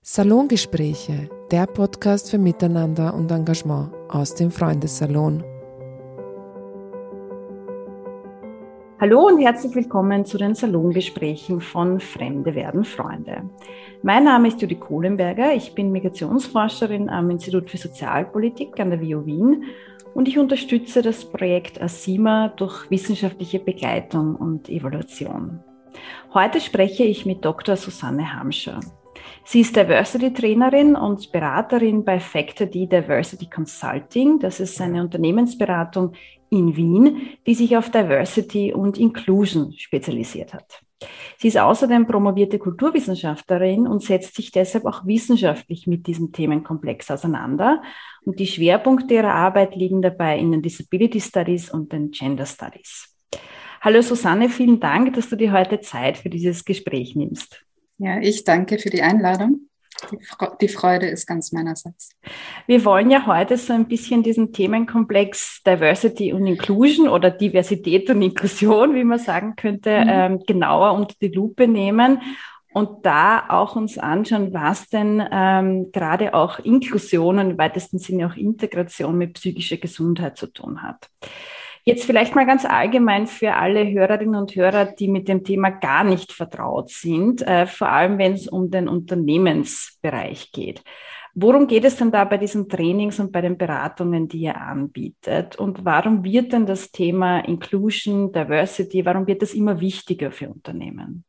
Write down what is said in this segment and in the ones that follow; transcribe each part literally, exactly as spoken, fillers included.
Salongespräche, der Podcast für Miteinander und Engagement aus dem Freundessalon. Hallo und herzlich willkommen zu den Salongesprächen von Fremde werden Freunde. Mein Name ist Judy Kohlenberger, ich bin Migrationsforscherin am Institut für Sozialpolitik an der W U Wien und ich unterstütze das Projekt ASIMA durch wissenschaftliche Begleitung und Evaluation. Heute spreche ich mit Doktor Susanne Hamscher. Sie ist Diversity-Trainerin und Beraterin bei Factor-D Diversity Consulting. Das ist eine Unternehmensberatung in Wien, die sich auf Diversity und Inclusion spezialisiert hat. Sie ist außerdem promovierte Kulturwissenschaftlerin und setzt sich deshalb auch wissenschaftlich mit diesem Themenkomplex auseinander. Und die Schwerpunkte ihrer Arbeit liegen dabei in den Disability Studies und den Gender Studies. Hallo Susanne, vielen Dank, dass du dir heute Zeit für dieses Gespräch nimmst. Ja, ich danke für die Einladung. Die Freude ist ganz meinerseits. Wir wollen ja heute so ein bisschen diesen Themenkomplex Diversity und Inclusion oder Diversität und Inklusion, wie man sagen könnte, mhm. ähm, genauer unter die Lupe nehmen und da auch uns anschauen, was denn ähm, gerade auch Inklusion und im weitesten Sinne auch Integration mit psychischer Gesundheit zu tun hat. Jetzt vielleicht mal ganz allgemein für alle Hörerinnen und Hörer, die mit dem Thema gar nicht vertraut sind, äh, vor allem wenn es um den Unternehmensbereich geht. Worum geht es denn da bei diesen Trainings und bei den Beratungen, die ihr anbietet? Und warum wird denn das Thema Inclusion, Diversity, warum wird das immer wichtiger für Unternehmen?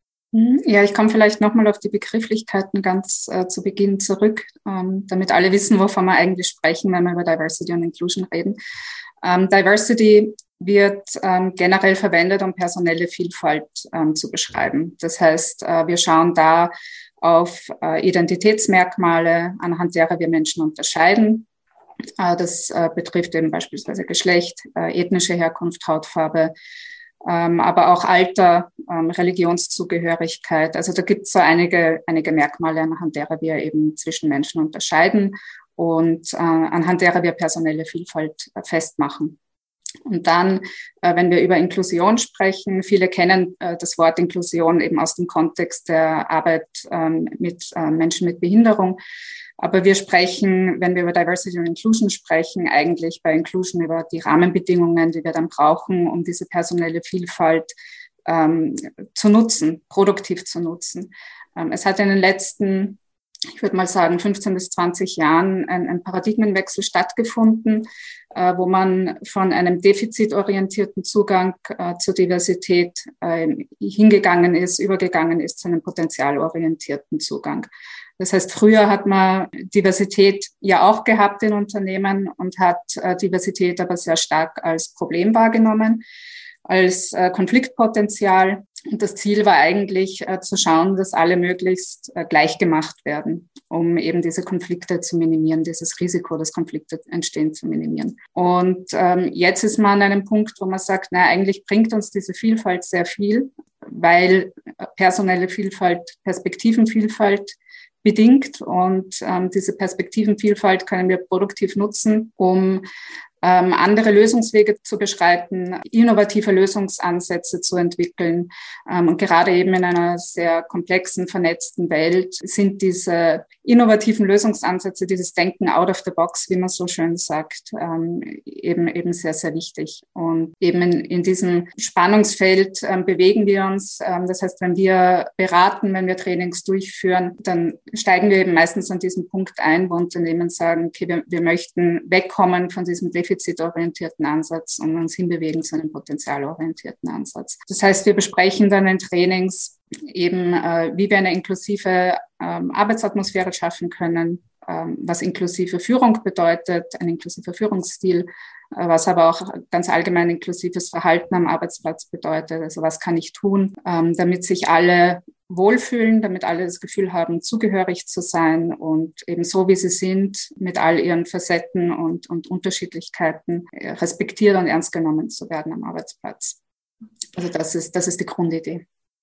Ja, ich komme vielleicht nochmal auf die Begrifflichkeiten ganz äh, zu Beginn zurück, ähm, damit alle wissen, wovon wir eigentlich sprechen, wenn wir über Diversity und Inclusion reden. Ähm, Diversity wird ähm, generell verwendet, um personelle Vielfalt ähm, zu beschreiben. Das heißt, äh, wir schauen da auf äh, Identitätsmerkmale, anhand derer wir Menschen unterscheiden. Äh, das äh, betrifft eben beispielsweise Geschlecht, äh, ethnische Herkunft, Hautfarbe, ähm, aber auch Alter, ähm, Religionszugehörigkeit. Also da gibt es so einige, einige Merkmale, anhand derer wir eben zwischen Menschen unterscheiden und äh, anhand derer wir personelle Vielfalt äh, festmachen. Und dann, äh, wenn wir über Inklusion sprechen, viele kennen äh, das Wort Inklusion eben aus dem Kontext der Arbeit ähm, mit äh, Menschen mit Behinderung. Aber wir sprechen, wenn wir über Diversity und Inclusion sprechen, eigentlich bei Inclusion über die Rahmenbedingungen, die wir dann brauchen, um diese personelle Vielfalt ähm, zu nutzen, produktiv zu nutzen. Ähm, es hat in den letzten ich würde mal sagen, fünfzehn bis zwanzig Jahren ein, ein Paradigmenwechsel stattgefunden, äh, wo man von einem defizitorientierten Zugang äh, zur Diversität äh, hingegangen ist, übergegangen ist zu einem potenzialorientierten Zugang. Das heißt, früher hat man Diversität ja auch gehabt in Unternehmen und hat äh, Diversität aber sehr stark als Problem wahrgenommen, als äh, Konfliktpotenzial. Und das Ziel war eigentlich äh, zu schauen, dass alle möglichst äh, gleich gemacht werden, um eben diese Konflikte zu minimieren, dieses Risiko, dass Konflikte entstehen, zu minimieren. Und ähm, jetzt ist man an einem Punkt, wo man sagt, na, eigentlich bringt uns diese Vielfalt sehr viel, weil personelle Vielfalt, Perspektivenvielfalt bedingt. Und ähm, diese Perspektivenvielfalt können wir produktiv nutzen, um Ähm, andere Lösungswege zu beschreiten, innovative Lösungsansätze zu entwickeln. Ähm, und gerade eben in einer sehr komplexen, vernetzten Welt sind diese innovativen Lösungsansätze, dieses Denken out of the box, wie man so schön sagt, ähm, eben, eben sehr, sehr wichtig. Und eben in, in diesem Spannungsfeld ähm, bewegen wir uns. Ähm, das heißt, wenn wir beraten, wenn wir Trainings durchführen, dann steigen wir eben meistens an diesen Punkt ein, wo Unternehmen sagen, okay, wir, wir möchten wegkommen von diesem defizitorientierten Ansatz und uns hinbewegen zu einem potenzialorientierten Ansatz. Das heißt, wir besprechen dann in Trainings eben, äh, wie wir eine inklusive ähm, Arbeitsatmosphäre schaffen können, ähm, was inklusive Führung bedeutet, ein inklusiver Führungsstil, äh, was aber auch ganz allgemein inklusives Verhalten am Arbeitsplatz bedeutet. Also was kann ich tun, ähm, damit sich alle wohlfühlen, damit alle das Gefühl haben, zugehörig zu sein und eben so, wie sie sind, mit all ihren Facetten und, und Unterschiedlichkeiten respektiert und ernst genommen zu werden am Arbeitsplatz. Also das ist, das ist die Grundidee.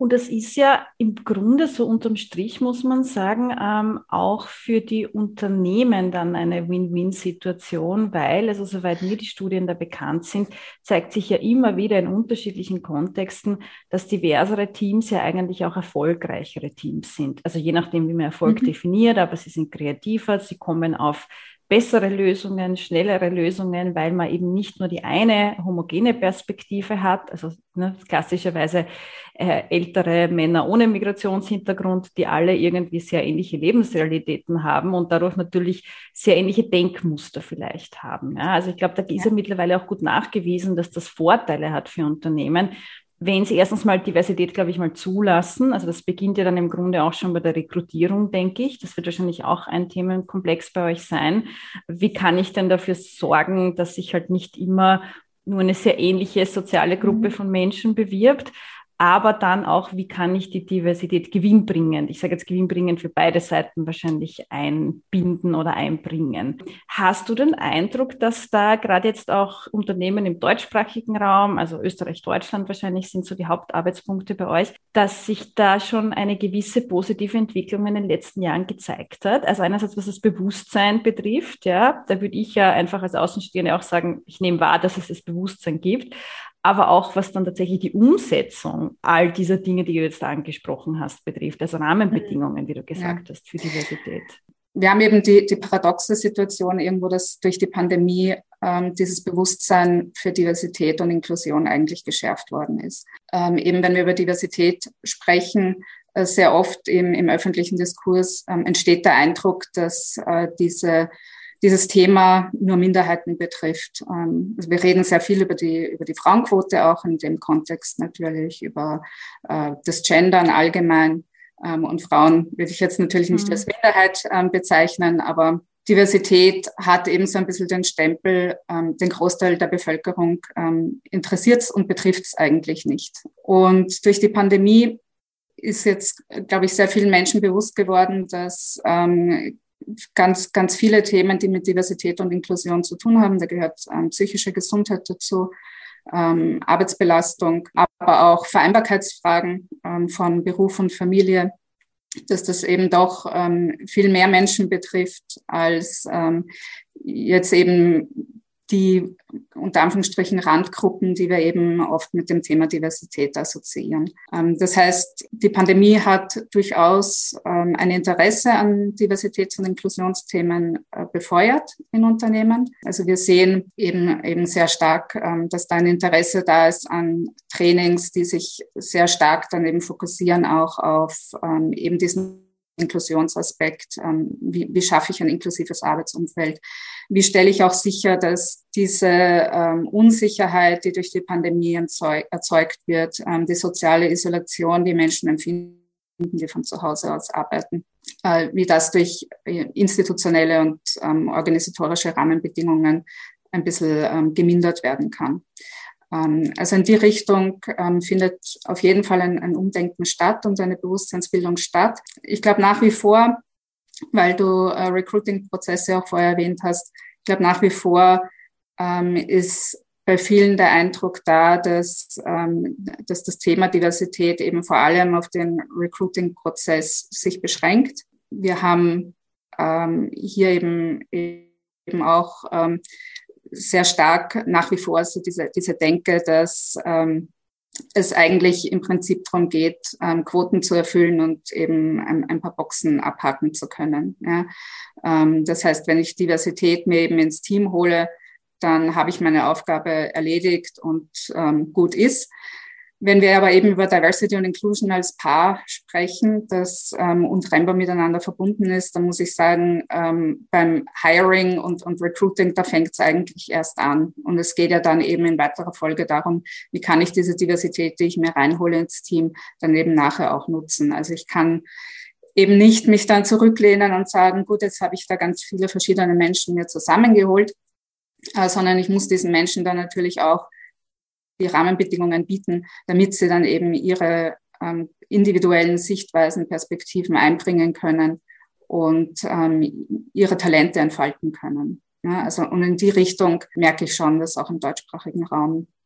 Und das ist ja im Grunde so unterm Strich, muss man sagen, ähm, auch für die Unternehmen dann eine Win-Win-Situation, weil, also soweit mir die Studien da bekannt sind, zeigt sich ja immer wieder in unterschiedlichen Kontexten, dass diversere Teams ja eigentlich auch erfolgreichere Teams sind. Also je nachdem, wie man Erfolg mhm. definiert, aber sie sind kreativer, sie kommen auf bessere Lösungen, schnellere Lösungen, weil man eben nicht nur die eine homogene Perspektive hat, also ne, klassischerweise äh, ältere Männer ohne Migrationshintergrund, die alle irgendwie sehr ähnliche Lebensrealitäten haben und dadurch natürlich sehr ähnliche Denkmuster vielleicht haben. Ja, also ich glaube, da ist ja mittlerweile auch gut nachgewiesen, dass das Vorteile hat für Unternehmen, wenn sie erstens mal Diversität, glaube ich, mal zulassen. Also das beginnt ja dann im Grunde auch schon bei der Rekrutierung, denke ich. Das wird wahrscheinlich auch ein Themenkomplex bei euch sein. Wie kann ich denn dafür sorgen, dass sich halt nicht immer nur eine sehr ähnliche soziale Gruppe von Menschen bewirbt, aber dann auch, wie kann ich die Diversität gewinnbringend, ich sage jetzt gewinnbringend für beide Seiten wahrscheinlich einbinden oder einbringen. Hast du den Eindruck, dass da gerade jetzt auch Unternehmen im deutschsprachigen Raum, also Österreich, Deutschland wahrscheinlich sind so die Hauptarbeitspunkte bei euch, dass sich da schon eine gewisse positive Entwicklung in den letzten Jahren gezeigt hat? Also einerseits, was das Bewusstsein betrifft, ja, da würde ich ja einfach als Außenstehende auch sagen, ich nehme wahr, dass es das Bewusstsein gibt, aber auch was dann tatsächlich die Umsetzung all dieser Dinge, die du jetzt angesprochen hast, betrifft, also Rahmenbedingungen, wie du gesagt ja. hast, für Diversität. Wir haben eben die, die paradoxe Situation irgendwo, dass durch die Pandemie ähm, dieses Bewusstsein für Diversität und Inklusion eigentlich geschärft worden ist. Ähm, eben wenn wir über Diversität sprechen, äh, sehr oft im, im öffentlichen Diskurs ähm, entsteht der Eindruck, dass äh, diese dieses Thema nur Minderheiten betrifft. Also wir reden sehr viel über die, über die Frauenquote, auch in dem Kontext natürlich, über äh, das Gendern allgemein. Ähm, und Frauen würde ich jetzt natürlich nicht mhm. als Minderheit ähm, bezeichnen, aber Diversität hat eben so ein bisschen den Stempel, ähm, den Großteil der Bevölkerung ähm, interessiert es und betrifft es eigentlich nicht. Und durch die Pandemie ist jetzt, glaube ich, sehr vielen Menschen bewusst geworden, dass ähm, ganz, ganz viele Themen, die mit Diversität und Inklusion zu tun haben. Da gehört ähm, psychische Gesundheit dazu, ähm, Arbeitsbelastung, aber auch Vereinbarkeitsfragen ähm, von Beruf und Familie, dass das eben doch ähm, viel mehr Menschen betrifft als ähm, jetzt eben die unter Anführungsstrichen Randgruppen, die wir eben oft mit dem Thema Diversität assoziieren. Ähm, das heißt, die Pandemie hat durchaus ähm, ein Interesse an Diversitäts- und Inklusionsthemen äh, befeuert in Unternehmen. Also wir sehen eben eben sehr stark, ähm, dass da ein Interesse da ist an Trainings, die sich sehr stark dann eben fokussieren auch auf ähm, eben diesen Inklusionsaspekt, ähm, wie, wie schaffe ich ein inklusives Arbeitsumfeld? Wie stelle ich auch sicher, dass diese ähm, Unsicherheit, die durch die Pandemie erzeug, erzeugt wird, ähm, die soziale Isolation, die Menschen empfinden, die von zu Hause aus arbeiten, äh, wie das durch institutionelle und ähm, organisatorische Rahmenbedingungen ein bisschen ähm, gemindert werden kann. Also in die Richtung ähm, findet auf jeden Fall ein, ein Umdenken statt und eine Bewusstseinsbildung statt. Ich glaube nach wie vor, weil du äh, Recruiting-Prozesse auch vorher erwähnt hast, ich glaube nach wie vor ähm, ist bei vielen der Eindruck da, dass, ähm, dass das Thema Diversität eben vor allem auf den Recruiting-Prozess sich beschränkt. Wir haben ähm, hier eben, eben auch ähm, sehr stark nach wie vor so diese, diese Denke, dass ähm, es eigentlich im Prinzip darum geht, ähm, Quoten zu erfüllen und eben ein, ein paar Boxen abhaken zu können. Ja. Ähm, das heißt, wenn ich Diversität mir eben ins Team hole, dann habe ich meine Aufgabe erledigt und ähm, gut ist. Wenn wir aber eben über Diversity und Inclusion als Paar sprechen, das ähm, untrennbar miteinander verbunden ist, dann muss ich sagen, ähm, beim Hiring und, und Recruiting, da fängt es eigentlich erst an. Und es geht ja dann eben in weiterer Folge darum, wie kann ich diese Diversität, die ich mir reinhole ins Team, dann eben nachher auch nutzen. Also ich kann eben nicht mich dann zurücklehnen und sagen, gut, jetzt habe ich da ganz viele verschiedene Menschen mir zusammengeholt, äh, sondern ich muss diesen Menschen dann natürlich auch die Rahmenbedingungen bieten, damit sie dann eben ihre ähm, individuellen Sichtweisen, Perspektiven einbringen können und ähm, ihre Talente entfalten können. Ja, also und in die Richtung merke ich schon, dass auch im deutschsprachigen Raum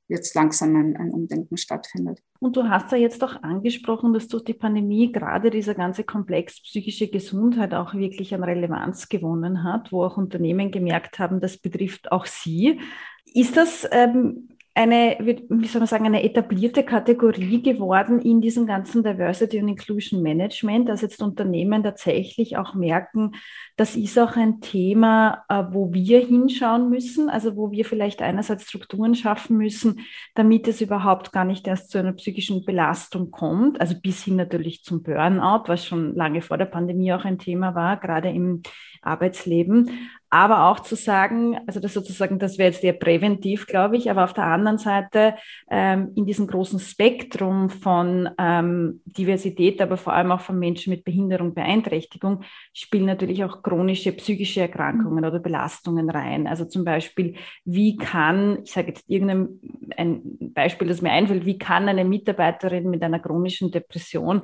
jetzt langsam ein, ein Umdenken stattfindet. Und du hast ja jetzt auch angesprochen, dass durch die Pandemie gerade dieser ganze Komplex psychische Gesundheit auch wirklich an Relevanz gewonnen hat, wo auch Unternehmen gemerkt haben, das betrifft auch sie. Ist das ähm, eine, wie soll man sagen, eine etablierte Kategorie geworden in diesem ganzen Diversity und Inclusion Management, dass jetzt Unternehmen tatsächlich auch merken, das ist auch ein Thema, wo wir hinschauen müssen, also wo wir vielleicht einerseits Strukturen schaffen müssen, damit es überhaupt gar nicht erst zu einer psychischen Belastung kommt, also bis hin natürlich zum Burnout, was schon lange vor der Pandemie auch ein Thema war, gerade im Arbeitsleben. Aber auch zu sagen, also das sozusagen, das wäre jetzt eher präventiv, glaube ich, aber auf der anderen Seite ähm, in diesem großen Spektrum von ähm, Diversität, aber vor allem auch von Menschen mit Behinderung, Beeinträchtigung, spielen natürlich auch chronische psychische Erkrankungen oder Belastungen rein. Also zum Beispiel, wie kann, ich sage jetzt irgendein ein Beispiel, das mir einfällt, wie kann eine Mitarbeiterin mit einer chronischen Depression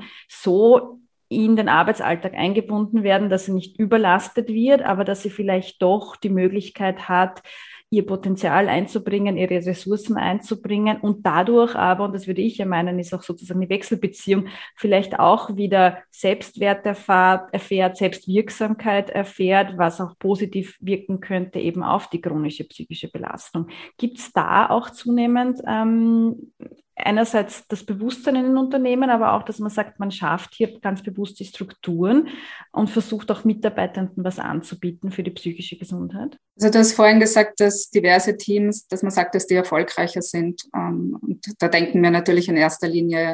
so in den Arbeitsalltag eingebunden werden, dass sie nicht überlastet wird, aber dass sie vielleicht doch die Möglichkeit hat, ihr Potenzial einzubringen, ihre Ressourcen einzubringen und dadurch aber, und das würde ich ja meinen, ist auch sozusagen die Wechselbeziehung, vielleicht auch wieder Selbstwert erfahrt, erfährt, Selbstwirksamkeit erfährt, was auch positiv wirken könnte eben auf die chronische psychische Belastung. Gibt es da auch zunehmend ähm, einerseits das Bewusstsein in den Unternehmen, aber auch, dass man sagt, man schafft hier ganz bewusst die Strukturen und versucht auch Mitarbeitenden was anzubieten für die psychische Gesundheit? Also du hast vorhin gesagt, dass diverse Teams, dass man sagt, dass die erfolgreicher sind. Und da denken wir natürlich in erster Linie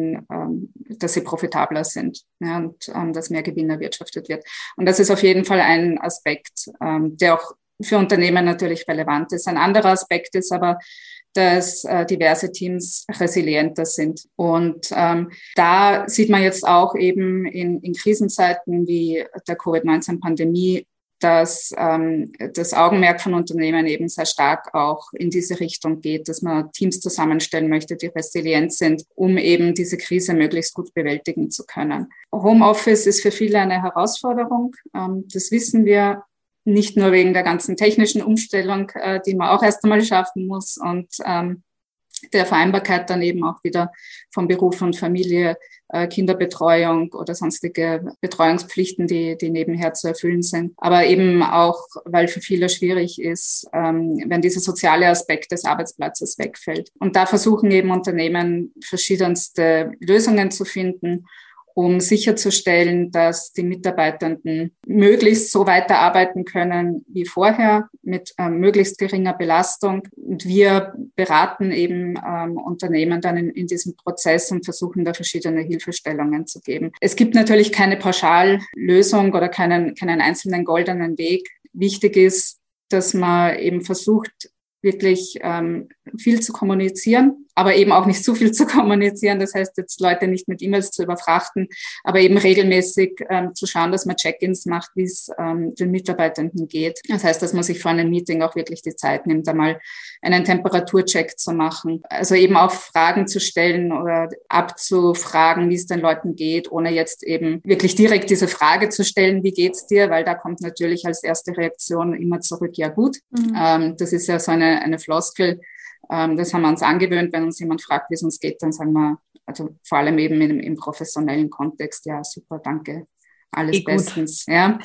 an, dass sie profitabler sind, ja, und dass mehr Gewinn erwirtschaftet wird. Und das ist auf jeden Fall ein Aspekt, der auch für Unternehmen natürlich relevant ist. Ein anderer Aspekt ist aber, dass äh, diverse Teams resilienter sind. Und ähm, da sieht man jetzt auch eben in, in Krisenzeiten wie der Covid neunzehn Pandemie, dass ähm, das Augenmerk von Unternehmen eben sehr stark auch in diese Richtung geht, dass man Teams zusammenstellen möchte, die resilient sind, um eben diese Krise möglichst gut bewältigen zu können. Homeoffice ist für viele eine Herausforderung. Ähm, das wissen wir. Nicht nur wegen der ganzen technischen Umstellung, äh, die man auch erst einmal schaffen muss und ähm, der Vereinbarkeit dann eben auch wieder von Beruf und Familie, äh, Kinderbetreuung oder sonstige Betreuungspflichten, die, die nebenher zu erfüllen sind. Aber eben auch, weil für viele schwierig ist, ähm, wenn dieser soziale Aspekt des Arbeitsplatzes wegfällt. Und da versuchen eben Unternehmen verschiedenste Lösungen zu finden, um sicherzustellen, dass die Mitarbeitenden möglichst so weiterarbeiten können wie vorher mit ähm, möglichst geringer Belastung. Und wir beraten eben ähm, Unternehmen dann in, in diesem Prozess und versuchen da verschiedene Hilfestellungen zu geben. Es gibt natürlich keine Pauschallösung oder keinen, keinen einzelnen goldenen Weg. Wichtig ist, dass man eben versucht, wirklich ähm, viel zu kommunizieren, aber eben auch nicht zu viel zu kommunizieren. Das heißt, jetzt Leute nicht mit E-Mails zu überfrachten, aber eben regelmäßig ähm, zu schauen, dass man Check-ins macht, wie es ähm, den Mitarbeitenden geht. Das heißt, dass man sich vor einem Meeting auch wirklich die Zeit nimmt, einmal einen Temperaturcheck zu machen. Also eben auch Fragen zu stellen oder abzufragen, wie es den Leuten geht, ohne jetzt eben wirklich direkt diese Frage zu stellen, wie geht's dir? Weil da kommt natürlich als erste Reaktion immer zurück, ja gut. Mhm. Ähm, das ist ja so eine, eine Floskel. Das haben wir uns angewöhnt, wenn uns jemand fragt, wie es uns geht, dann sagen wir, also vor allem eben im, im professionellen Kontext, ja, super, danke, alles bestens. Ja.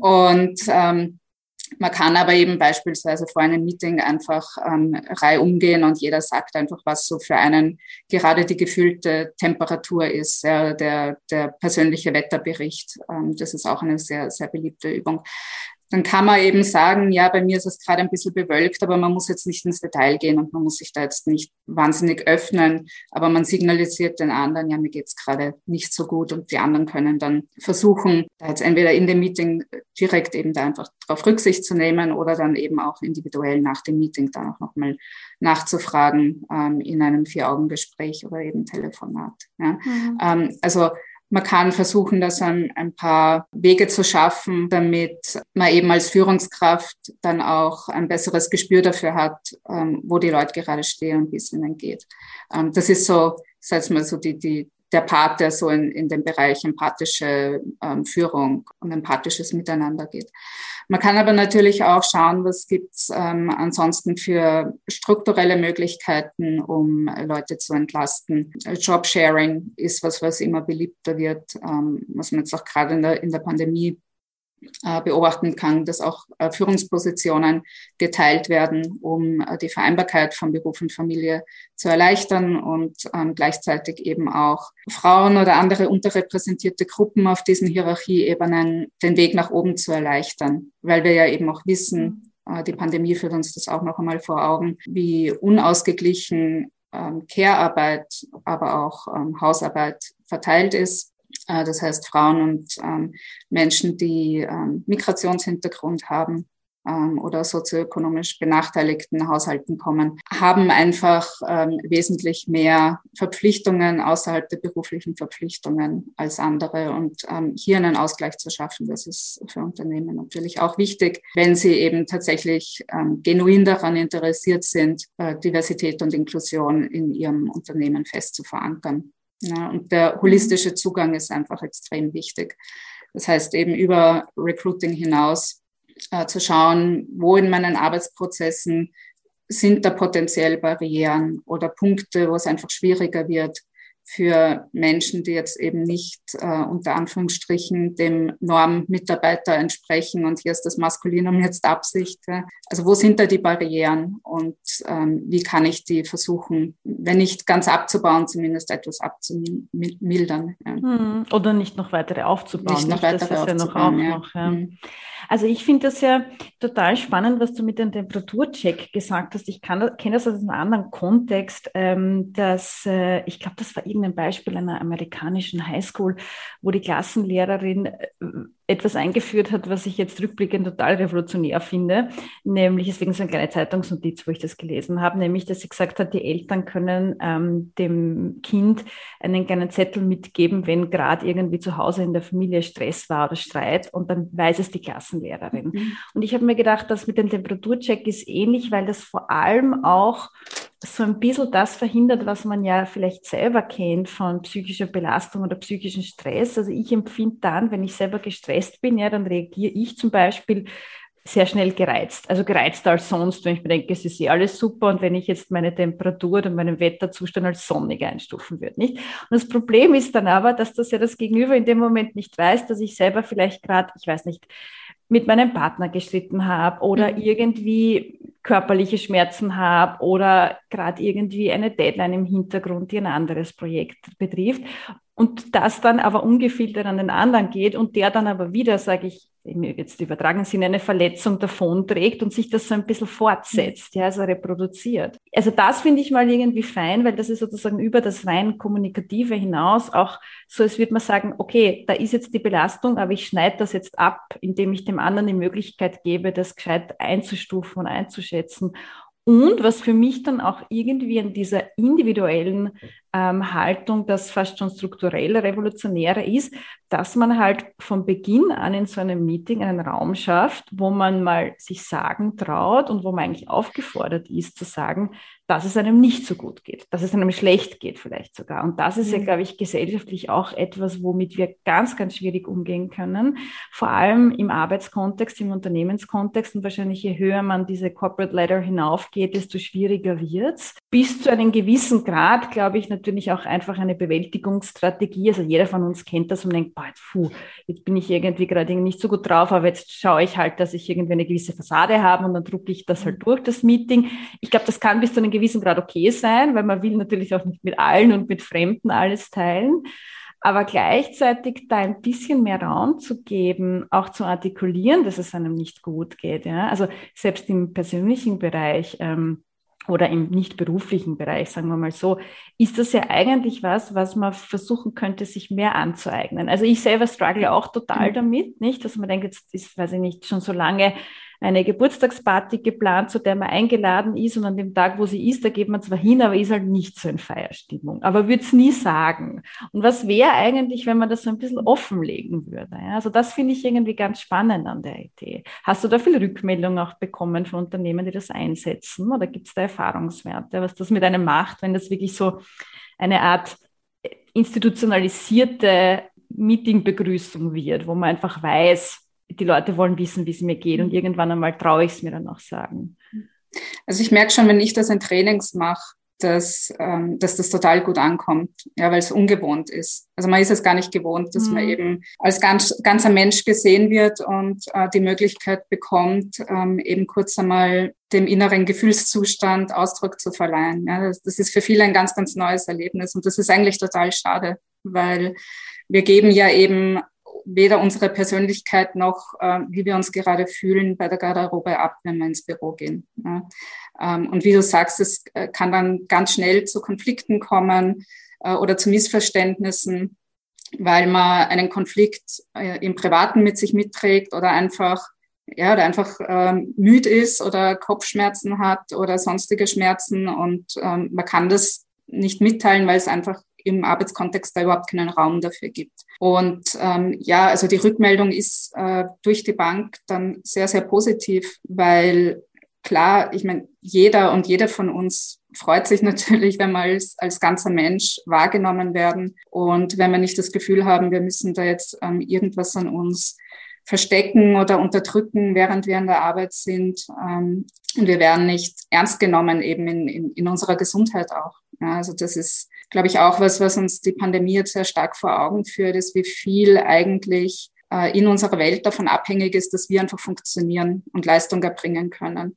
Und ähm, man kann aber eben beispielsweise vor einem Meeting einfach ähm, reihum gehen und jeder sagt einfach, was so für einen gerade die gefühlte Temperatur ist, ja, der, der persönliche Wetterbericht. Ähm, das ist auch eine sehr, sehr beliebte Übung. Dann kann man eben sagen, ja, bei mir ist es gerade ein bisschen bewölkt, aber man muss jetzt nicht ins Detail gehen und man muss sich da jetzt nicht wahnsinnig öffnen, aber man signalisiert den anderen, ja, mir geht's gerade nicht so gut und die anderen können dann versuchen, da jetzt entweder in dem Meeting direkt eben da einfach drauf Rücksicht zu nehmen oder dann eben auch individuell nach dem Meeting dann auch nochmal nachzufragen ähm, in einem Vier-Augen-Gespräch oder eben Telefonat. Ja. Mhm. Ähm, also man kann versuchen, das ein, ein paar Wege zu schaffen, damit man eben als Führungskraft dann auch ein besseres Gespür dafür hat, ähm, wo die Leute gerade stehen und wie es ihnen geht. Ähm, das ist so, sag ich mal, so die, die der Part, der so in, in den Bereich empathische ähm, Führung und empathisches Miteinander geht. Man kann aber natürlich auch schauen, was gibt's ähm, ansonsten für strukturelle Möglichkeiten, um Leute zu entlasten. Jobsharing ist was, was immer beliebter wird, ähm, was man jetzt auch gerade in der, in der Pandemie äh, beobachten kann, dass auch äh, Führungspositionen geteilt werden, um äh, die Vereinbarkeit von Beruf und Familie zu erleichtern und ähm, gleichzeitig eben auch Frauen oder andere unterrepräsentierte Gruppen auf diesen Hierarchieebenen den Weg nach oben zu erleichtern, weil wir ja eben auch wissen, äh, die Pandemie führt uns das auch noch einmal vor Augen, wie unausgeglichen ähm, Care-Arbeit, aber auch ähm, Hausarbeit verteilt ist. Das heißt, Frauen und ähm, Menschen, die ähm, Migrationshintergrund haben ähm, oder sozioökonomisch benachteiligten Haushalten kommen, haben einfach ähm, wesentlich mehr Verpflichtungen außerhalb der beruflichen Verpflichtungen als andere. Und ähm, hier einen Ausgleich zu schaffen, das ist für Unternehmen natürlich auch wichtig, wenn sie eben tatsächlich ähm, genuin daran interessiert sind, äh, Diversität und Inklusion in ihrem Unternehmen fest zu verankern. Ja, und der holistische Zugang ist einfach extrem wichtig. Das heißt, eben über Recruiting hinaus äh, zu schauen, wo in meinen Arbeitsprozessen sind da potenziell Barrieren oder Punkte, wo es einfach schwieriger wird für Menschen, die jetzt eben nicht äh, unter Anführungsstrichen dem Normmitarbeiter entsprechen. Und hier ist das Maskulinum jetzt Absicht. Ja. Also wo sind da die Barrieren und ähm, wie kann ich die versuchen, wenn nicht ganz abzubauen, zumindest etwas abzumildern. Ja. Oder nicht noch weitere aufzubauen. Nicht noch weitere das ist aufzubauen, ja noch auch ja. noch. Ja. Mhm. Also ich finde das ja total spannend, was du mit dem Temperaturcheck gesagt hast. Ich kenne das aus einem anderen Kontext, ähm, dass äh, ich glaube, das war irgendein Beispiel einer amerikanischen Highschool, wo die Klassenlehrerin äh, etwas eingeführt hat, was ich jetzt rückblickend total revolutionär finde, nämlich, deswegen so eine kleine Zeitungsnotiz, wo ich das gelesen habe, nämlich, dass sie gesagt hat, die Eltern können ähm, dem Kind einen kleinen Zettel mitgeben, wenn gerade irgendwie zu Hause in der Familie Stress war oder Streit, und dann weiß es die Klassenlehrerin. Mhm. Und ich habe mir gedacht, das mit dem Temperaturcheck ist ähnlich, weil das vor allem auch so ein bisschen das verhindert, was man ja vielleicht selber kennt von psychischer Belastung oder psychischen Stress. Also ich empfinde dann, wenn ich selber gestresst bin, ja, dann reagiere ich zum Beispiel sehr schnell gereizt. Also gereizter als sonst, wenn ich mir denke, es ist eh alles super, und wenn ich jetzt meine Temperatur oder meinen Wetterzustand als sonnig einstufen würde, nicht? Und das Problem ist dann aber, dass das ja das Gegenüber in dem Moment nicht weiß, dass ich selber vielleicht gerade, ich weiß nicht, mit meinem Partner gestritten habe oder mhm. irgendwie körperliche Schmerzen habe oder gerade irgendwie eine Deadline im Hintergrund, die ein anderes Projekt betrifft, und das dann aber ungefiltert an den anderen geht und der dann aber wieder, sage ich, jetzt übertragen Sinne, eine Verletzung davonträgt und sich das so ein bisschen fortsetzt, ja, also reproduziert. Also das finde ich mal irgendwie fein, weil das ist sozusagen über das rein Kommunikative hinaus auch so, als würde man sagen, okay, da ist jetzt die Belastung, aber ich schneide das jetzt ab, indem ich dem anderen die Möglichkeit gebe, das gescheit einzustufen und einzuschätzen. Und was für mich dann auch irgendwie in dieser individuellen ähm, Haltung, das fast schon strukturell revolutionäre ist, dass man halt von Beginn an in so einem Meeting einen Raum schafft, wo man mal sich sagen traut und wo man eigentlich aufgefordert ist zu sagen, dass es einem nicht so gut geht, dass es einem schlecht geht vielleicht sogar. Und das ist ja, glaube ich, gesellschaftlich auch etwas, womit wir ganz, ganz schwierig umgehen können. Vor allem im Arbeitskontext, im Unternehmenskontext, und wahrscheinlich je höher man diese Corporate Ladder hinaufgeht, desto schwieriger wird's. Bis zu einem gewissen Grad, glaube ich, natürlich auch einfach eine Bewältigungsstrategie. Also jeder von uns kennt das und denkt, boah, puh, jetzt bin ich irgendwie gerade nicht so gut drauf, aber jetzt schaue ich halt, dass ich irgendwie eine gewisse Fassade habe und dann drucke ich das halt durch, das Meeting. Ich glaube, das kann bis zu einem gewissen Grad okay sein, weil man will natürlich auch nicht mit allen und mit Fremden alles teilen. Aber gleichzeitig da ein bisschen mehr Raum zu geben, auch zu artikulieren, dass es einem nicht gut geht. Ja? Also selbst im persönlichen Bereich, ähm, oder im nicht beruflichen Bereich, sagen wir mal so, ist das ja eigentlich was, was man versuchen könnte, sich mehr anzueignen. Also ich selber struggle auch total damit, nicht? Dass man denkt, jetzt ist, weiß ich nicht, schon so lange eine Geburtstagsparty geplant, zu der man eingeladen ist, und an dem Tag, wo sie ist, da geht man zwar hin, aber ist halt nicht so in Feierstimmung, aber würde es nie sagen. Und was wäre eigentlich, wenn man das so ein bisschen offenlegen würde? Ja, also das finde ich irgendwie ganz spannend an der Idee. Hast du da viel Rückmeldung auch bekommen von Unternehmen, die das einsetzen, oder gibt es da Erfahrungswerte, was das mit einem macht, wenn das wirklich so eine Art institutionalisierte Meeting-Begrüßung wird, wo man einfach weiß, die Leute wollen wissen, wie es mir geht und irgendwann einmal traue ich es mir dann auch sagen. Also ich merke schon, wenn ich das in Trainings mache, dass, ähm, dass das total gut ankommt, ja, weil es ungewohnt ist. Also man ist es gar nicht gewohnt, dass mhm. man eben als ganz, ganzer Mensch gesehen wird und äh, die Möglichkeit bekommt, ähm, eben kurz einmal dem inneren Gefühlszustand Ausdruck zu verleihen. Ja, das, das ist für viele ein ganz, ganz neues Erlebnis und das ist eigentlich total schade, weil wir geben ja eben weder unsere Persönlichkeit noch, äh, wie wir uns gerade fühlen, bei der Garderobe ab, wenn wir ins Büro gehen. Ja. Ähm, und wie du sagst, es äh, kann dann ganz schnell zu Konflikten kommen äh, oder zu Missverständnissen, weil man einen Konflikt äh, im Privaten mit sich mitträgt oder einfach, ja, oder einfach ähm, müde ist oder Kopfschmerzen hat oder sonstige Schmerzen und ähm, man kann das nicht mitteilen, weil es einfach im Arbeitskontext da überhaupt keinen Raum dafür gibt. Und ähm, ja, also die Rückmeldung ist äh, durch die Bank dann sehr, sehr positiv, weil klar, ich meine, jeder und jede von uns freut sich natürlich, wenn wir als, als ganzer Mensch wahrgenommen werden und wenn wir nicht das Gefühl haben, wir müssen da jetzt ähm, irgendwas an uns verstecken oder unterdrücken, während wir in der Arbeit sind. Ähm, und wir werden nicht ernst genommen, eben in, in, in unserer Gesundheit auch. Ja, also das ist, glaube ich, auch was, was uns die Pandemie jetzt sehr stark vor Augen führt, ist, wie viel eigentlich äh, in unserer Welt davon abhängig ist, dass wir einfach funktionieren und Leistung erbringen können.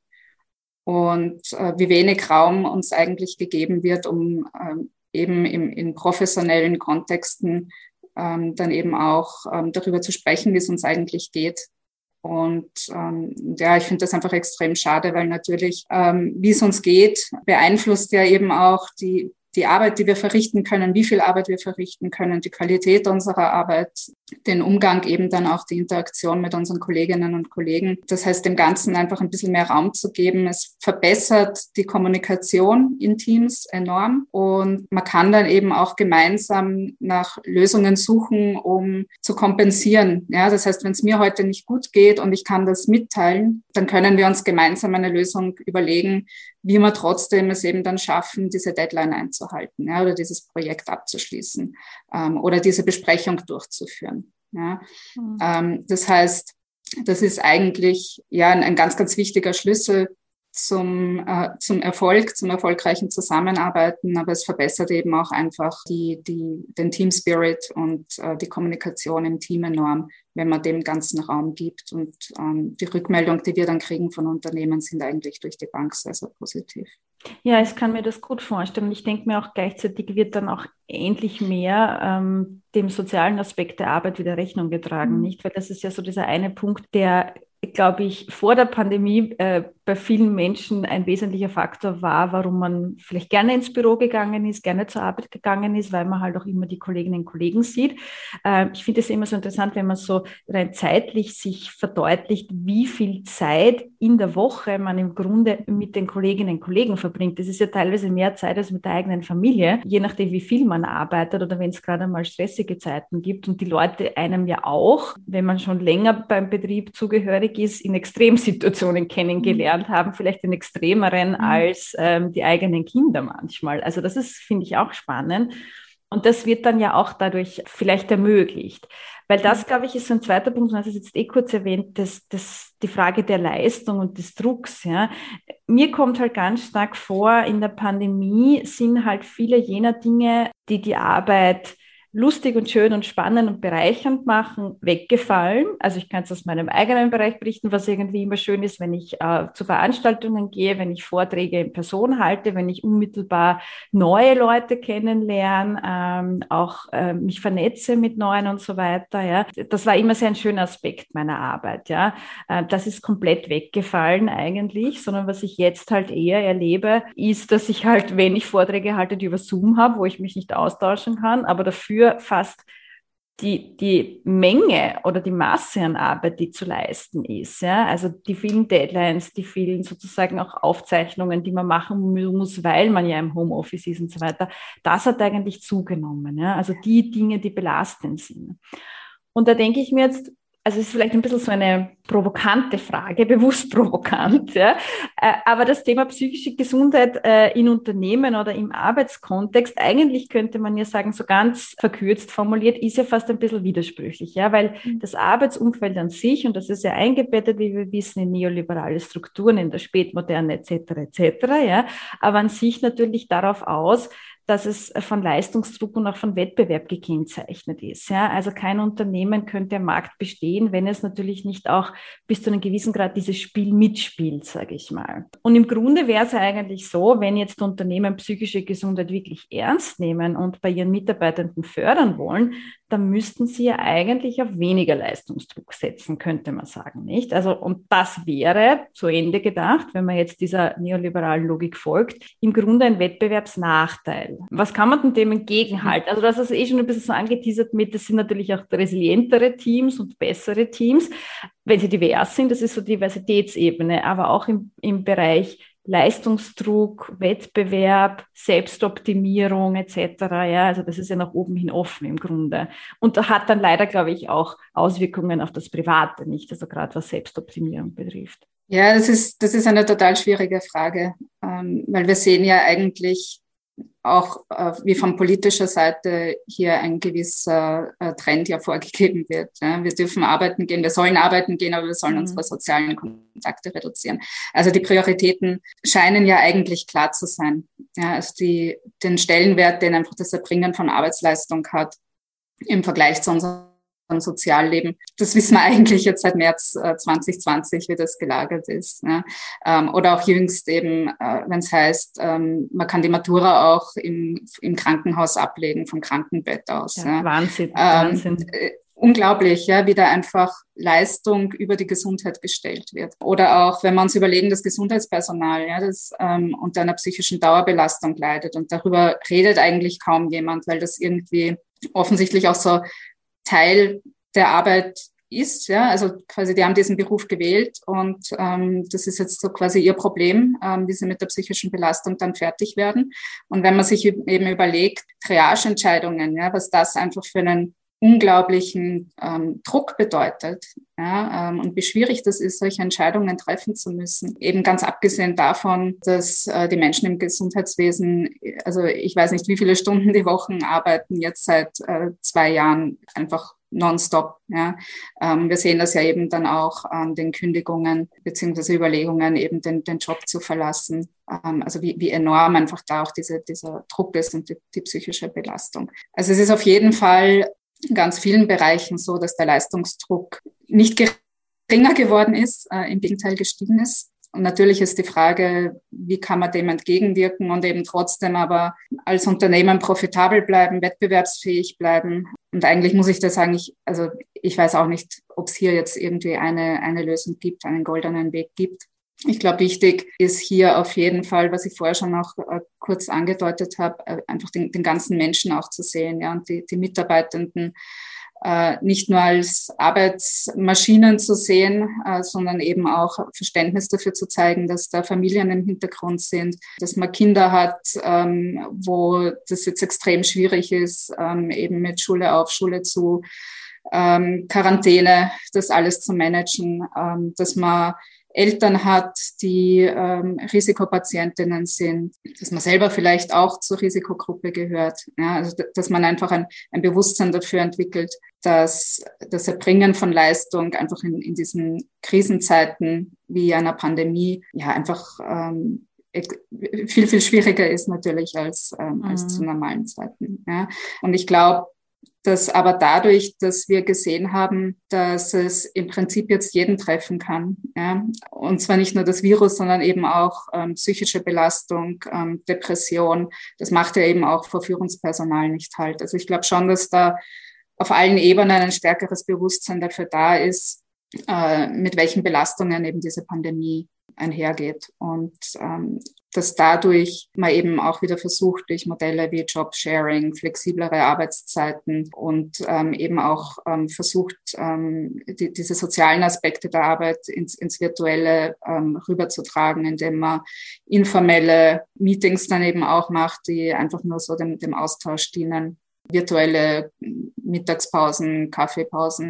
Und äh, wie wenig Raum uns eigentlich gegeben wird, um ähm, eben im, in professionellen Kontexten ähm, dann eben auch ähm, darüber zu sprechen, wie es uns eigentlich geht. Und ähm, ja, ich finde das einfach extrem schade, weil natürlich, ähm, wie es uns geht, beeinflusst ja eben auch die die Arbeit, die wir verrichten können, wie viel Arbeit wir verrichten können, die Qualität unserer Arbeit, den Umgang, eben dann auch die Interaktion mit unseren Kolleginnen und Kollegen. Das heißt, dem Ganzen einfach ein bisschen mehr Raum zu geben. Es verbessert die Kommunikation in Teams enorm und man kann dann eben auch gemeinsam nach Lösungen suchen, um zu kompensieren. Ja, das heißt, wenn es mir heute nicht gut geht und ich kann das mitteilen, dann können wir uns gemeinsam eine Lösung überlegen, wie wir trotzdem es eben dann schaffen, diese Deadline einzuhalten, ja, oder dieses Projekt abzuschließen ähm, oder diese Besprechung durchzuführen. Ja. Mhm. Ähm, das heißt, das ist eigentlich ja ein, ein ganz, ganz wichtiger Schlüssel zum, äh, zum Erfolg, zum erfolgreichen Zusammenarbeiten, aber es verbessert eben auch einfach die, die, den Team Spirit und äh, die Kommunikation im Team enorm, wenn man dem ganzen Raum gibt. Und ähm, die Rückmeldung, die wir dann kriegen von Unternehmen, sind eigentlich durch die Bank sehr, sehr positiv. Ja, ich kann mir das gut vorstellen. Ich denke mir auch gleichzeitig wird dann auch endlich mehr ähm, dem sozialen Aspekt der Arbeit wieder Rechnung getragen, mhm. nicht? Weil das ist ja so dieser eine Punkt, der, glaube ich, vor der Pandemie äh, bei vielen Menschen ein wesentlicher Faktor war, warum man vielleicht gerne ins Büro gegangen ist, gerne zur Arbeit gegangen ist, weil man halt auch immer die Kolleginnen und Kollegen sieht. Äh, ich finde es immer so interessant, wenn man so rein zeitlich sich verdeutlicht, wie viel Zeit in der Woche man im Grunde mit den Kolleginnen und Kollegen verbringt. Das ist ja teilweise mehr Zeit als mit der eigenen Familie, je nachdem, wie viel man arbeitet oder wenn es gerade mal stressige Zeiten gibt. Und die Leute einem ja auch, wenn man schon länger beim Betrieb zugehörig ist, in Extremsituationen kennengelernt haben, vielleicht in extremeren mhm. als ähm, die eigenen Kinder manchmal. Also das ist, finde ich, auch spannend. Und das wird dann ja auch dadurch vielleicht ermöglicht. Weil das, glaube ich, ist so ein zweiter Punkt, und das ist jetzt eh kurz erwähnt, das, das, die Frage der Leistung und des Drucks. Ja. Mir kommt halt ganz stark vor, in der Pandemie sind halt viele jener Dinge, die die Arbeit lustig und schön und spannend und bereichernd machen, weggefallen. Also ich kann es aus meinem eigenen Bereich berichten, was irgendwie immer schön ist, wenn ich äh, zu Veranstaltungen gehe, wenn ich Vorträge in Person halte, wenn ich unmittelbar neue Leute kennenlerne, ähm, auch äh, mich vernetze mit Neuen und so weiter. Ja. Das war immer sehr ein schöner Aspekt meiner Arbeit. Ja. Äh, das ist komplett weggefallen eigentlich, sondern was ich jetzt halt eher erlebe, ist, dass ich halt, wenn ich Vorträge halte, die über Zoom habe, wo ich mich nicht austauschen kann, aber dafür fast die, die Menge oder die Masse an Arbeit, die zu leisten ist. Ja? Also die vielen Deadlines, die vielen sozusagen auch Aufzeichnungen, die man machen muss, weil man ja im Homeoffice ist und so weiter, das hat eigentlich zugenommen. Ja? Also die Dinge, die belastend sind. Und da denke ich mir jetzt, also es ist vielleicht ein bisschen so eine provokante Frage, bewusst provokant, ja. Aber das Thema psychische Gesundheit in Unternehmen oder im Arbeitskontext, eigentlich könnte man ja sagen, so ganz verkürzt formuliert, ist ja fast ein bisschen widersprüchlich, ja, weil das Arbeitsumfeld an sich, und das ist ja eingebettet, wie wir wissen, in neoliberale Strukturen, in der Spätmoderne et cetera et cetera, ja, aber an sich natürlich darauf aus, dass es von Leistungsdruck und auch von Wettbewerb gekennzeichnet ist. Ja? Also kein Unternehmen könnte am Markt bestehen, wenn es natürlich nicht auch bis zu einem gewissen Grad dieses Spiel mitspielt, sage ich mal. Und im Grunde wäre es ja eigentlich so, wenn jetzt Unternehmen psychische Gesundheit wirklich ernst nehmen und bei ihren Mitarbeitenden fördern wollen, dann müssten sie ja eigentlich auf weniger Leistungsdruck setzen, könnte man sagen, nicht? Also, und das wäre, zu Ende gedacht, wenn man jetzt dieser neoliberalen Logik folgt, im Grunde ein Wettbewerbsnachteil. Was kann man denn dem entgegenhalten? Also, das ist eh schon ein bisschen so angeteasert mit, das sind natürlich auch resilientere Teams und bessere Teams, wenn sie divers sind, das ist so die Diversitätsebene, aber auch im, im Bereich Leistungsdruck, Wettbewerb, Selbstoptimierung et cetera. Ja, also das ist ja nach oben hin offen im Grunde. Und da hat dann leider, glaube ich, auch Auswirkungen auf das Private, nicht? Also gerade was Selbstoptimierung betrifft. Ja, das ist, das ist eine total schwierige Frage, ähm, weil wir sehen ja eigentlich auch, äh, wie von politischer Seite hier ein gewisser äh, Trend ja vorgegeben wird. Ja. Wir dürfen arbeiten gehen, wir sollen arbeiten gehen, aber wir sollen mhm. unsere sozialen Kontakte reduzieren. Also die Prioritäten scheinen ja eigentlich klar zu sein. Ja, also die, den Stellenwert, den einfach das Erbringen von Arbeitsleistung hat im Vergleich zu unserem Sozialleben. Das wissen wir eigentlich jetzt seit März äh, zwanzig zwanzig, wie das gelagert ist. Ne? Ähm, oder auch jüngst eben, äh, wenn es heißt, ähm, man kann die Matura auch im, im Krankenhaus ablegen, vom Krankenbett aus. Ja, ja. Wahnsinn, ähm, Wahnsinn. Äh, unglaublich, ja, wie da einfach Leistung über die Gesundheit gestellt wird. Oder auch, wenn wir uns überlegen, das Gesundheitspersonal, ja, das ähm, unter einer psychischen Dauerbelastung leidet. Und darüber redet eigentlich kaum jemand, weil das irgendwie offensichtlich auch so Teil der Arbeit ist, ja, also quasi die haben diesen Beruf gewählt und ähm, das ist jetzt so quasi ihr Problem, ähm, wie sie mit der psychischen Belastung dann fertig werden. Und wenn man sich eben überlegt, Triageentscheidungen, ja, was das einfach für einen unglaublichen ähm, Druck bedeutet, ja, ähm, und wie schwierig das ist, solche Entscheidungen treffen zu müssen. Eben ganz abgesehen davon, dass äh, die Menschen im Gesundheitswesen, also ich weiß nicht, wie viele Stunden die Wochen arbeiten jetzt seit äh, zwei Jahren einfach nonstop. Ja. Ähm, wir sehen das ja eben dann auch an den Kündigungen beziehungsweise Überlegungen, eben den, den Job zu verlassen. Ähm, also wie, wie enorm einfach da auch diese, dieser Druck ist und die, die psychische Belastung. Also es ist auf jeden Fall in ganz vielen Bereichen so, dass der Leistungsdruck nicht geringer geworden ist, äh, im Gegenteil gestiegen ist. Und natürlich ist die Frage, wie kann man dem entgegenwirken und eben trotzdem aber als Unternehmen profitabel bleiben, wettbewerbsfähig bleiben. Und eigentlich muss ich da sagen, ich, also ich weiß auch nicht, ob es hier jetzt irgendwie eine, eine Lösung gibt, einen goldenen Weg gibt. Ich glaube, wichtig ist hier auf jeden Fall, was ich vorher schon noch äh, kurz angedeutet habe, äh, einfach den, den ganzen Menschen auch zu sehen, ja, und die, die Mitarbeitenden äh, nicht nur als Arbeitsmaschinen zu sehen, äh, sondern eben auch Verständnis dafür zu zeigen, dass da Familien im Hintergrund sind, dass man Kinder hat, ähm, wo das jetzt extrem schwierig ist, ähm, eben mit Schule auf, Schule zu, ähm, Quarantäne, das alles zu managen, ähm, dass man Eltern hat, die ähm, Risikopatientinnen sind, dass man selber vielleicht auch zur Risikogruppe gehört. Ja, also dass man einfach ein, ein Bewusstsein dafür entwickelt, dass das Erbringen von Leistung einfach in, in diesen Krisenzeiten wie einer Pandemie ja einfach ähm, viel, viel schwieriger ist natürlich als, ähm, mhm. als zu normalen Zeiten. Ja. Und ich glaube, dass aber dadurch, dass wir gesehen haben, dass es im Prinzip jetzt jeden treffen kann, ja, und zwar nicht nur das Virus, sondern eben auch ähm, psychische Belastung, ähm, Depression, das macht ja eben auch vor Führungspersonal nicht halt. Also ich glaube schon, dass da auf allen Ebenen ein stärkeres Bewusstsein dafür da ist, äh, mit welchen Belastungen eben diese Pandemie einhergeht und ähm, dass dadurch man eben auch wieder versucht, durch Modelle wie Jobsharing, flexiblere Arbeitszeiten und ähm, eben auch ähm, versucht, ähm, die, diese sozialen Aspekte der Arbeit ins, ins Virtuelle ähm, rüberzutragen, indem man informelle Meetings dann eben auch macht, die einfach nur so dem, dem Austausch dienen, virtuelle Mittagspausen, Kaffeepausen,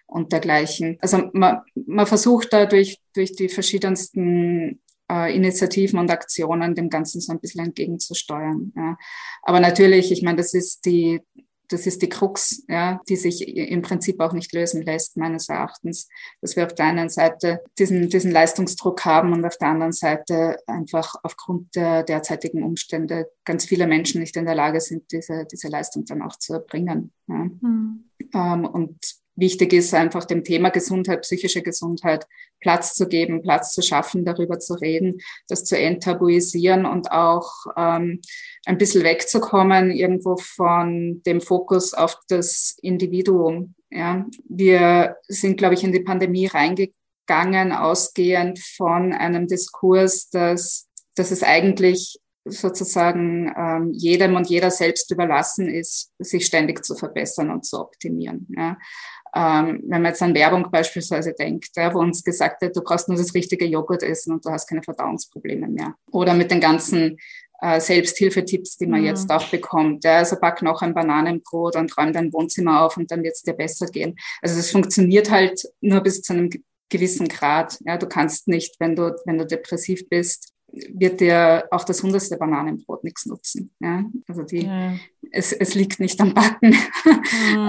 und dergleichen. Also man, man versucht da durch, durch die verschiedensten äh, Initiativen und Aktionen dem Ganzen so ein bisschen entgegenzusteuern. Ja. Aber natürlich, ich meine, das ist die Das ist die Krux, ja, die sich im Prinzip auch nicht lösen lässt, meines Erachtens. Dass wir auf der einen Seite diesen, diesen Leistungsdruck haben und auf der anderen Seite einfach aufgrund der derzeitigen Umstände ganz viele Menschen nicht in der Lage sind, diese, diese Leistung dann auch zu erbringen. Ja. Mhm. Ähm, und wichtig ist einfach dem Thema Gesundheit, psychische Gesundheit Platz zu geben, Platz zu schaffen, darüber zu reden, das zu enttabuisieren und auch ähm, ein bisschen wegzukommen irgendwo von dem Fokus auf das Individuum. Ja. Wir sind, glaube ich, in die Pandemie reingegangen, ausgehend von einem Diskurs, dass, dass es eigentlich sozusagen ähm, jedem und jeder selbst überlassen ist, sich ständig zu verbessern und zu optimieren. Ja. Ähm, wenn man jetzt an Werbung beispielsweise denkt, ja, wo uns gesagt wird, du brauchst nur das richtige Joghurt essen und du hast keine Verdauungsprobleme mehr. Oder mit den ganzen äh, Selbsthilfetipps, die man mhm. jetzt auch bekommt. Ja, also back noch ein Bananenbrot und räum dein Wohnzimmer auf und dann wird es dir besser gehen. Also das funktioniert halt nur bis zu einem gewissen Grad. Ja, du kannst nicht, wenn du, wenn du depressiv bist, wird dir auch das hundertste Bananenbrot nichts nutzen. Ja? Also die, ja. es, es liegt nicht am Backen, mhm.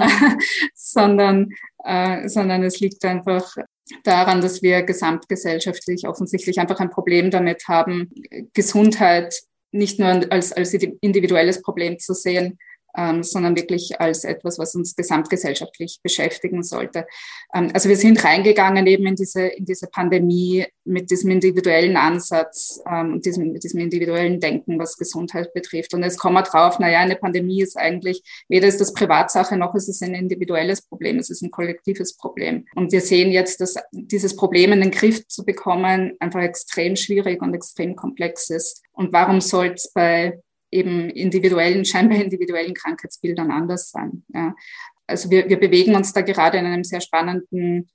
sondern, äh, sondern es liegt einfach daran, dass wir gesamtgesellschaftlich offensichtlich einfach ein Problem damit haben, Gesundheit nicht nur als, als individuelles Problem zu sehen, Ähm, sondern wirklich als etwas, was uns gesamtgesellschaftlich beschäftigen sollte. Ähm, also wir sind reingegangen eben in diese, in diese Pandemie mit diesem individuellen Ansatz ähm, und diesem, mit diesem individuellen Denken, was Gesundheit betrifft. Und jetzt kommen wir drauf, naja, eine Pandemie ist eigentlich, weder ist das Privatsache, noch ist es ein individuelles Problem, es ist ein kollektives Problem. Und wir sehen jetzt, dass dieses Problem in den Griff zu bekommen einfach extrem schwierig und extrem komplex ist. Und warum soll es bei eben individuellen, scheinbar individuellen Krankheitsbildern anders sein. Ja. Also wir, wir bewegen uns da gerade in einem sehr spannenden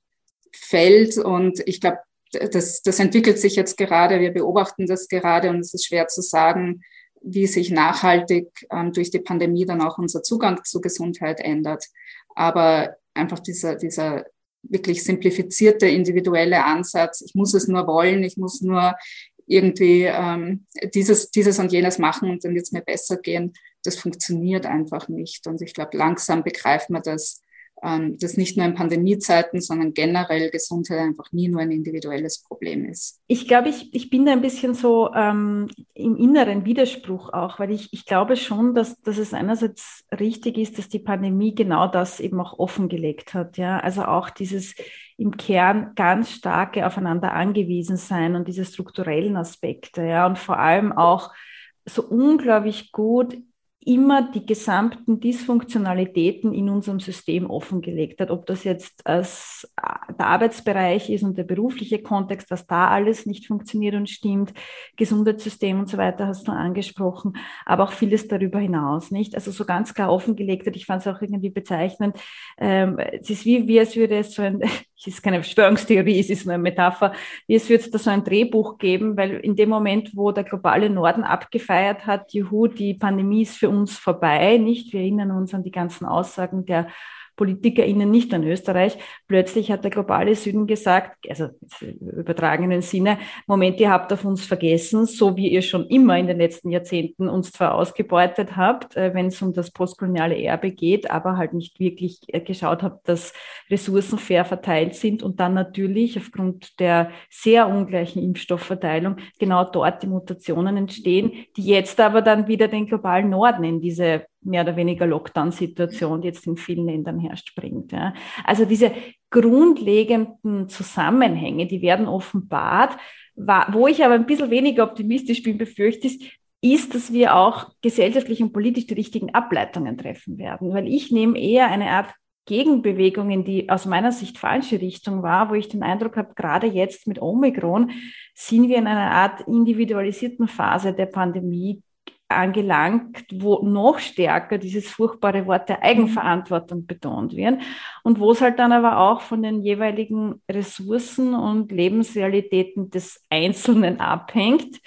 Feld und ich glaube, das, das entwickelt sich jetzt gerade, wir beobachten das gerade und es ist schwer zu sagen, wie sich nachhaltig ähm, durch die Pandemie dann auch unser Zugang zu Gesundheit ändert. Aber einfach dieser, dieser wirklich simplifizierte, individuelle Ansatz, ich muss es nur wollen, ich muss nur irgendwie ähm, dieses, dieses und jenes machen und dann wird es mir besser gehen. Das funktioniert einfach nicht. Und ich glaube, langsam begreift man das, ähm, dass nicht nur in Pandemiezeiten, sondern generell Gesundheit einfach nie nur ein individuelles Problem ist. Ich glaube, ich, ich bin da ein bisschen so ähm, im inneren Widerspruch auch, weil ich, ich glaube schon, dass, dass es einerseits richtig ist, dass die Pandemie genau das eben auch offengelegt hat. Ja? Also auch dieses im Kern ganz starke aufeinander angewiesen sein und diese strukturellen Aspekte, ja, und vor allem auch so unglaublich gut immer die gesamten Dysfunktionalitäten in unserem System offengelegt hat, ob das jetzt als der Arbeitsbereich ist und der berufliche Kontext, was da alles nicht funktioniert und stimmt, Gesundheitssystem und so weiter hast du angesprochen, aber auch vieles darüber hinaus, nicht? Also so ganz klar offengelegt hat, ich fand es auch irgendwie bezeichnend, ähm, es ist wie, wie es würde es so ein, es ist keine Verschwörungstheorie, es ist nur eine Metapher, wie es würde es da so ein Drehbuch geben, weil in dem Moment, wo der globale Norden abgefeiert hat, juhu, die Pandemie ist für uns vorbei, nicht? Wir erinnern uns an die ganzen Aussagen der PolitikerInnen, nicht an Österreich. Plötzlich hat der globale Süden gesagt, also im übertragenen Sinne, Moment, ihr habt auf uns vergessen, so wie ihr schon immer in den letzten Jahrzehnten uns zwar ausgebeutet habt, äh, wenn es um das postkoloniale Erbe geht, aber halt nicht wirklich äh, geschaut habt, dass Ressourcen fair verteilt sind und dann natürlich aufgrund der sehr ungleichen Impfstoffverteilung genau dort die Mutationen entstehen, die jetzt aber dann wieder den globalen Norden in diese mehr oder weniger Lockdown-Situation, die jetzt in vielen Ländern herrscht, bringt. Ja. Also diese grundlegenden Zusammenhänge, die werden offenbart. Wo ich aber ein bisschen weniger optimistisch bin, befürchte ich, ist, dass wir auch gesellschaftlich und politisch die richtigen Ableitungen treffen werden. Weil ich nehme eher eine Art Gegenbewegung in die aus meiner Sicht falsche Richtung war, wo ich den Eindruck habe, gerade jetzt mit Omikron sind wir in einer Art individualisierten Phase der Pandemie angelangt, wo noch stärker dieses furchtbare Wort der Eigenverantwortung betont wird und wo es halt dann aber auch von den jeweiligen Ressourcen und Lebensrealitäten des Einzelnen abhängt,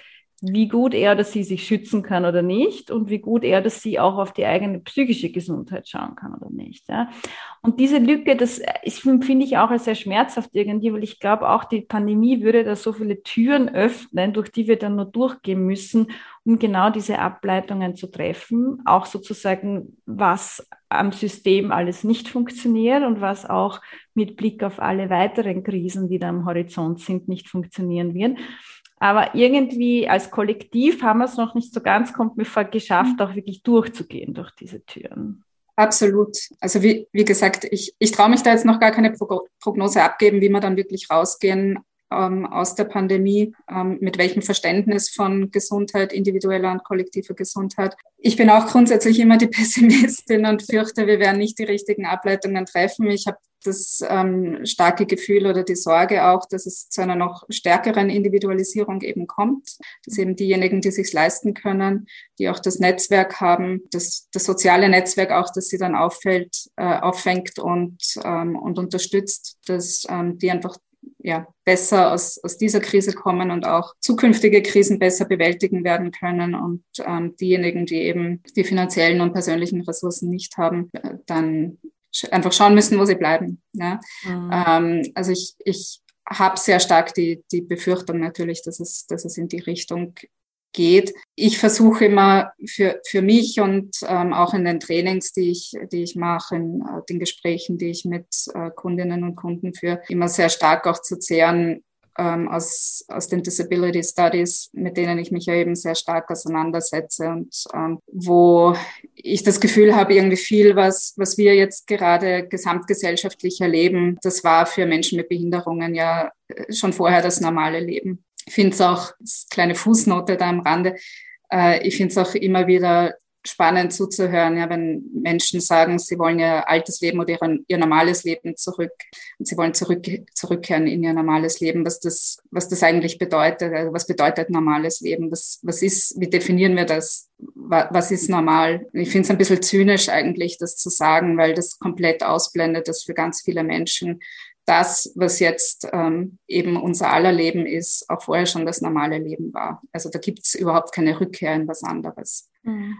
wie gut er oder sie sich schützen kann oder nicht und wie gut er oder sie auch auf die eigene psychische Gesundheit schauen kann oder nicht. Ja. Und diese Lücke, das ist, finde ich auch als sehr schmerzhaft irgendwie, weil ich glaube, auch die Pandemie würde da so viele Türen öffnen, durch die wir dann nur durchgehen müssen, um genau diese Ableitungen zu treffen, auch sozusagen, was am System alles nicht funktioniert und was auch mit Blick auf alle weiteren Krisen, die da am Horizont sind, nicht funktionieren wird. Aber irgendwie als Kollektiv haben wir es noch nicht so ganz, kommt mir vor, geschafft, auch wirklich durchzugehen durch diese Türen. Absolut. Also wie, wie gesagt, ich, ich traue mich da jetzt noch gar keine Pro- Prognose abgeben, wie wir dann wirklich rausgehen ähm, aus der Pandemie, ähm, mit welchem Verständnis von Gesundheit, individueller und kollektiver Gesundheit. Ich bin auch grundsätzlich immer die Pessimistin und fürchte, wir werden nicht die richtigen Ableitungen treffen. Ich habe das ähm, starke Gefühl oder die Sorge auch, dass es zu einer noch stärkeren Individualisierung eben kommt, dass eben diejenigen, die sich leisten können, die auch das Netzwerk haben, das, das soziale Netzwerk auch, das sie dann auffällt, äh, auffängt und, ähm, und unterstützt, dass ähm, die einfach ja, besser aus, aus dieser Krise kommen und auch zukünftige Krisen besser bewältigen werden können und ähm, diejenigen, die eben die finanziellen und persönlichen Ressourcen nicht haben, äh, dann einfach schauen müssen, wo sie bleiben. Ja? Mhm. Ähm, also ich, ich habe sehr stark die, die Befürchtung natürlich, dass es, dass es in die Richtung geht. Ich versuche immer für, für mich und ähm, auch in den Trainings, die ich, die ich mache, in äh, den Gesprächen, die ich mit äh, Kundinnen und Kunden führe, immer sehr stark auch zu zehren, ähm, aus, aus den Disability Studies, mit denen ich mich ja eben sehr stark auseinandersetze und ähm, wo ich das Gefühl habe, irgendwie viel, was, was wir jetzt gerade gesamtgesellschaftlich erleben, das war für Menschen mit Behinderungen ja schon vorher das normale Leben. Ich finde es auch, das kleine Fußnote da am Rande, äh, ich finde es auch immer wieder spannend zuzuhören, ja, wenn Menschen sagen, sie wollen ihr altes Leben oder ihr, ihr normales Leben zurück und sie wollen zurück, zurückkehren in ihr normales Leben, was das, was das eigentlich bedeutet. Also was bedeutet normales Leben? Was, was ist, wie definieren wir das? Was ist normal? Ich finde es ein bisschen zynisch eigentlich, das zu sagen, weil das komplett ausblendet, dass für ganz viele Menschen das, was jetzt ähm, eben unser aller Leben ist, auch vorher schon das normale Leben war. Also da gibt es überhaupt keine Rückkehr in was anderes. Mhm.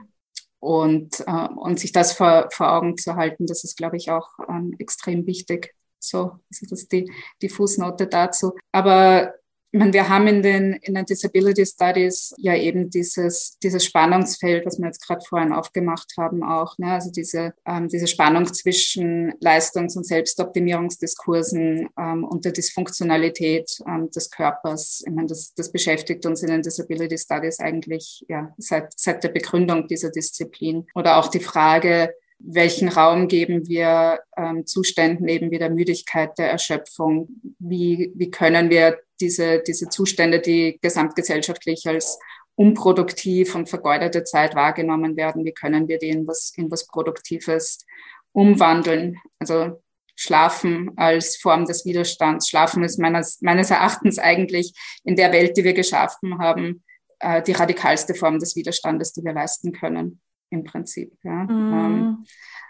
Und, äh, und sich das vor, vor Augen zu halten, das ist, glaube ich, auch ähm, extrem wichtig. So, also das ist die, die Fußnote dazu. Aber ich meine, wir haben in den, in den Disability Studies ja eben dieses, dieses Spannungsfeld, was wir jetzt gerade vorhin aufgemacht haben auch, ne? Also diese, ähm, diese Spannung zwischen Leistungs- und Selbstoptimierungsdiskursen ähm, und der Dysfunktionalität ähm, des Körpers. Ich meine, das, das beschäftigt uns in den Disability Studies eigentlich ja seit, seit der Begründung dieser Disziplin. Oder auch die Frage, welchen Raum geben wir ähm, Zuständen eben wie der Müdigkeit, der Erschöpfung? Wie, wie können wir diese, diese Zustände, die gesamtgesellschaftlich als unproduktiv und vergeudete Zeit wahrgenommen werden, wie können wir die in was, in was Produktives umwandeln? Also Schlafen als Form des Widerstands. Schlafen ist meines, meines Erachtens eigentlich in der Welt, die wir geschaffen haben, äh, die radikalste Form des Widerstandes, die wir leisten können. Im Prinzip, ja. Mm. Ähm,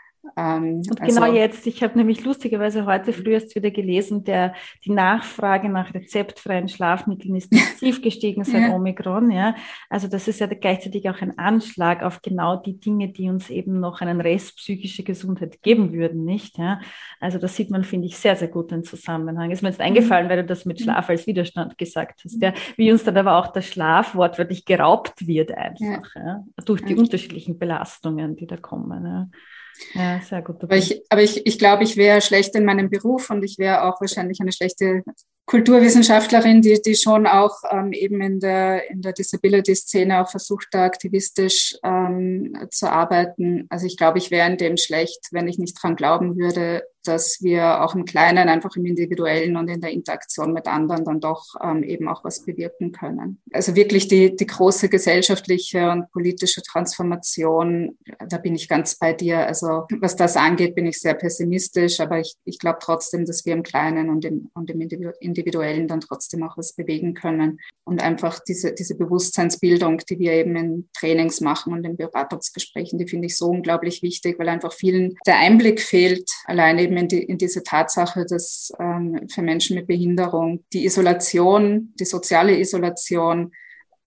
ähm, und also, genau jetzt, ich habe nämlich lustigerweise heute früh erst wieder gelesen, der, die Nachfrage nach rezeptfreien Schlafmitteln ist massiv gestiegen seit ja. Omikron, ja. Also das ist ja gleichzeitig auch ein Anschlag auf genau die Dinge, die uns eben noch einen Rest psychische Gesundheit geben würden, nicht, ja. Also das sieht man, finde ich, sehr, sehr gut den Zusammenhang. Ist mir jetzt eingefallen, weil du das mit Schlaf als Widerstand gesagt hast, ja. Wie uns dann aber auch der Schlaf wortwörtlich geraubt wird einfach, ja. Ja. Durch die ja. unterschiedlichen Belastungen, die da kommen, ja. Ja, sehr gut. Aber ich, aber ich, ich glaube, ich wäre schlecht in meinem Beruf und ich wäre auch wahrscheinlich eine schlechte Kulturwissenschaftlerin, die, die schon auch ähm, eben in der, in der Disability-Szene auch versucht, da aktivistisch ähm, zu arbeiten. Also ich glaube, ich wäre in dem schlecht, wenn ich nicht dran glauben würde, dass wir auch im Kleinen, einfach im Individuellen und in der Interaktion mit anderen dann doch ähm, eben auch was bewirken können. Also wirklich die, die große gesellschaftliche und politische Transformation, da bin ich ganz bei dir. Also was das angeht, bin ich sehr pessimistisch, aber ich, ich glaube trotzdem, dass wir im Kleinen und im, und im Individuellen dann trotzdem auch was bewegen können. Und einfach diese, diese Bewusstseinsbildung, die wir eben in Trainings machen und in Beratungsgesprächen, die finde ich so unglaublich wichtig, weil einfach vielen der Einblick fehlt, allein eben in, die, in diese Tatsache, dass ähm, für Menschen mit Behinderung die Isolation, die soziale Isolation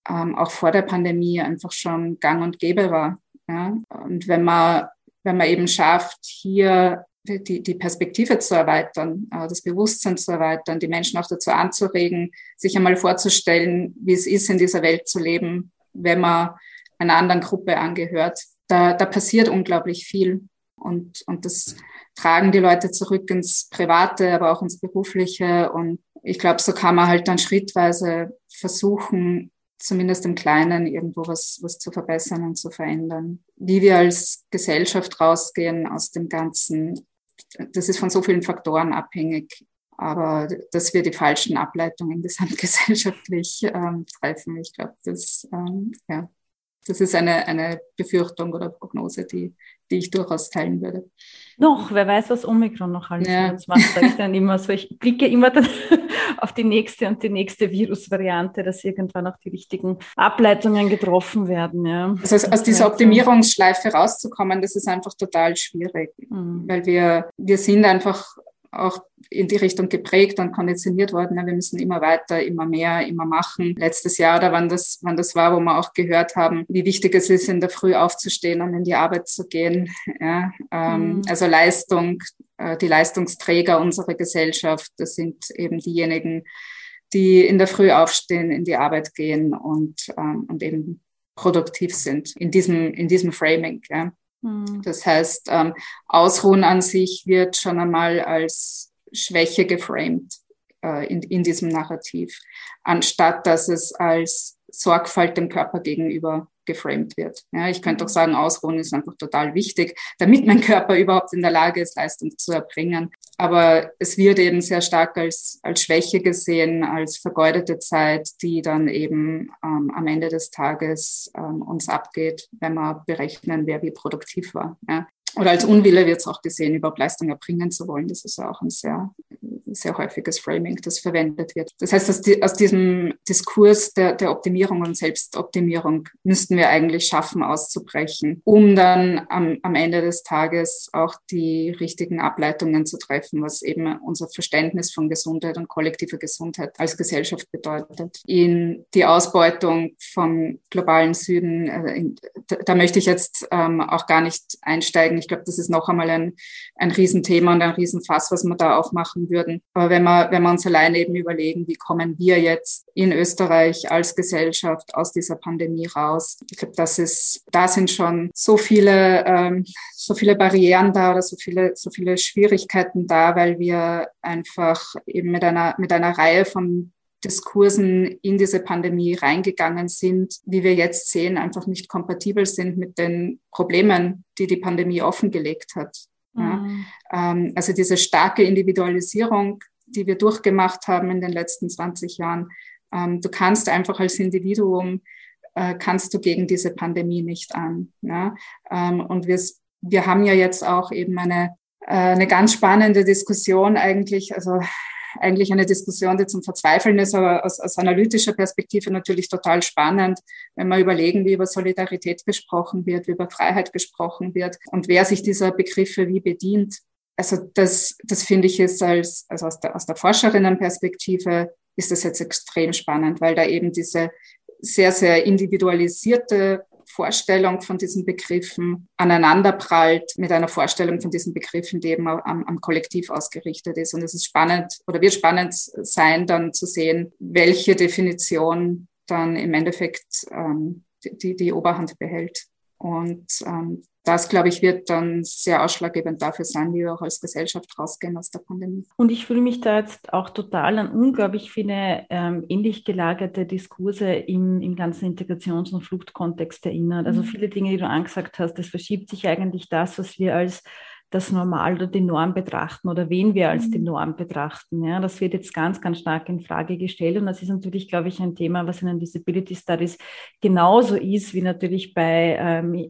ähm, auch vor der Pandemie einfach schon gang und gäbe war. Ja? Und wenn man, wenn man eben schafft, hier die, die Perspektive zu erweitern, äh, das Bewusstsein zu erweitern, die Menschen auch dazu anzuregen, sich einmal vorzustellen, wie es ist, in dieser Welt zu leben, wenn man einer anderen Gruppe angehört, da, da passiert unglaublich viel. Und, und das tragen die Leute zurück ins Private, aber auch ins Berufliche. Und ich glaube, so kann man halt dann schrittweise versuchen, zumindest im Kleinen irgendwo was, was zu verbessern und zu verändern. Wie wir als Gesellschaft rausgehen aus dem Ganzen, das ist von so vielen Faktoren abhängig. Aber dass wir die falschen Ableitungen gesamtgesellschaftlich ähm, treffen, ich glaube, das, ähm, ja, das ist eine, eine Befürchtung oder Prognose, die, die ich durchaus teilen würde. Noch, wer weiß, was Omikron noch alles ja. mit uns macht, sage ich dann immer so. Ich blicke immer dann auf die nächste und die nächste Virusvariante, dass irgendwann auch die richtigen Ableitungen getroffen werden. Ja. Also aus, aus dieser Optimierungsschleife rauszukommen, das ist einfach total schwierig, mhm. weil wir, wir sind einfach auch in die Richtung geprägt und konditioniert worden. Wir müssen immer weiter, immer mehr, immer machen. Letztes Jahr, da wann das, wann das war, wo wir auch gehört haben, wie wichtig es ist, in der Früh aufzustehen und in die Arbeit zu gehen. Ja, ähm, mhm. Also Leistung, äh, die Leistungsträger unserer Gesellschaft, das sind eben diejenigen, die in der Früh aufstehen, in die Arbeit gehen und, ähm, und eben produktiv sind in diesem, in diesem Framing. Ja. Das heißt, ähm, Ausruhen an sich wird schon einmal als Schwäche geframed äh, in, in diesem Narrativ, anstatt dass es als Sorgfalt dem Körper gegenüber geframed wird. Ja, ich könnte auch sagen, Ausruhen ist einfach total wichtig, damit mein Körper überhaupt in der Lage ist, Leistung zu erbringen. Aber es wird eben sehr stark als, als Schwäche gesehen, als vergeudete Zeit, die dann eben ähm, am Ende des Tages ähm, uns abgeht, wenn wir berechnen, wer wie produktiv war. Ja. Oder als Unwille wird es auch gesehen, überhaupt Leistung erbringen zu wollen. Das ist auch ein sehr, sehr häufiges Framing, das verwendet wird. Das heißt, aus, die, aus diesem Diskurs der, der Optimierung und Selbstoptimierung müssten wir eigentlich schaffen, auszubrechen, um dann am, am Ende des Tages auch die richtigen Ableitungen zu treffen, was eben unser Verständnis von Gesundheit und kollektiver Gesundheit als Gesellschaft bedeutet. In die Ausbeutung vom globalen Süden, äh, in, da, da möchte ich jetzt ähm, auch gar nicht einsteigen. Ich glaube, das ist noch einmal ein, ein Riesenthema und ein Riesenfass, was wir da aufmachen würden. Aber wenn wir, wenn wir uns allein eben überlegen, wie kommen wir jetzt in Österreich als Gesellschaft aus dieser Pandemie raus? Ich glaube, das ist, da sind schon so viele, ähm, so viele Barrieren da oder so viele, so viele Schwierigkeiten da, weil wir einfach eben mit einer, mit einer Reihe von Diskursen in diese Pandemie reingegangen sind, wie wir jetzt sehen, einfach nicht kompatibel sind mit den Problemen, die die Pandemie offengelegt hat. Mhm. Ja, ähm, also diese starke Individualisierung, die wir durchgemacht haben in den letzten zwanzig Jahren. Ähm, du kannst einfach als Individuum, äh, kannst du gegen diese Pandemie nicht an. Ja? Ähm, und wir, wir haben ja jetzt auch eben eine, äh, eine ganz spannende Diskussion eigentlich, also eigentlich eine Diskussion, die zum Verzweifeln ist, aber aus, aus analytischer Perspektive natürlich total spannend, wenn wir überlegen, wie über Solidarität gesprochen wird, wie über Freiheit gesprochen wird und wer sich dieser Begriffe wie bedient. Also das, das finde ich jetzt als, also aus der, aus der Forscherinnenperspektive ist das jetzt extrem spannend, weil da eben diese sehr, sehr individualisierte Vorstellung von diesen Begriffen aneinanderprallt mit einer Vorstellung von diesen Begriffen, die eben am, am Kollektiv ausgerichtet ist. Und es ist spannend oder wird spannend sein, dann zu sehen, welche Definition dann im Endeffekt ähm, die, die Oberhand behält. Und ähm, das, glaube ich, wird dann sehr ausschlaggebend dafür sein, wie wir auch als Gesellschaft rausgehen aus der Pandemie. Und ich fühle mich da jetzt auch total an unglaublich viele ähm, ähnlich gelagerte Diskurse im, im ganzen Integrations- und Fluchtkontext erinnert. Also viele Dinge, die du angesagt hast, es verschiebt sich eigentlich das, was wir als das Normal oder die Norm betrachten oder wen wir als die Norm betrachten. Ja, das wird jetzt ganz, ganz stark in Frage gestellt und das ist natürlich, glaube ich, ein Thema, was in den Disability Studies genauso ist wie natürlich bei ähm,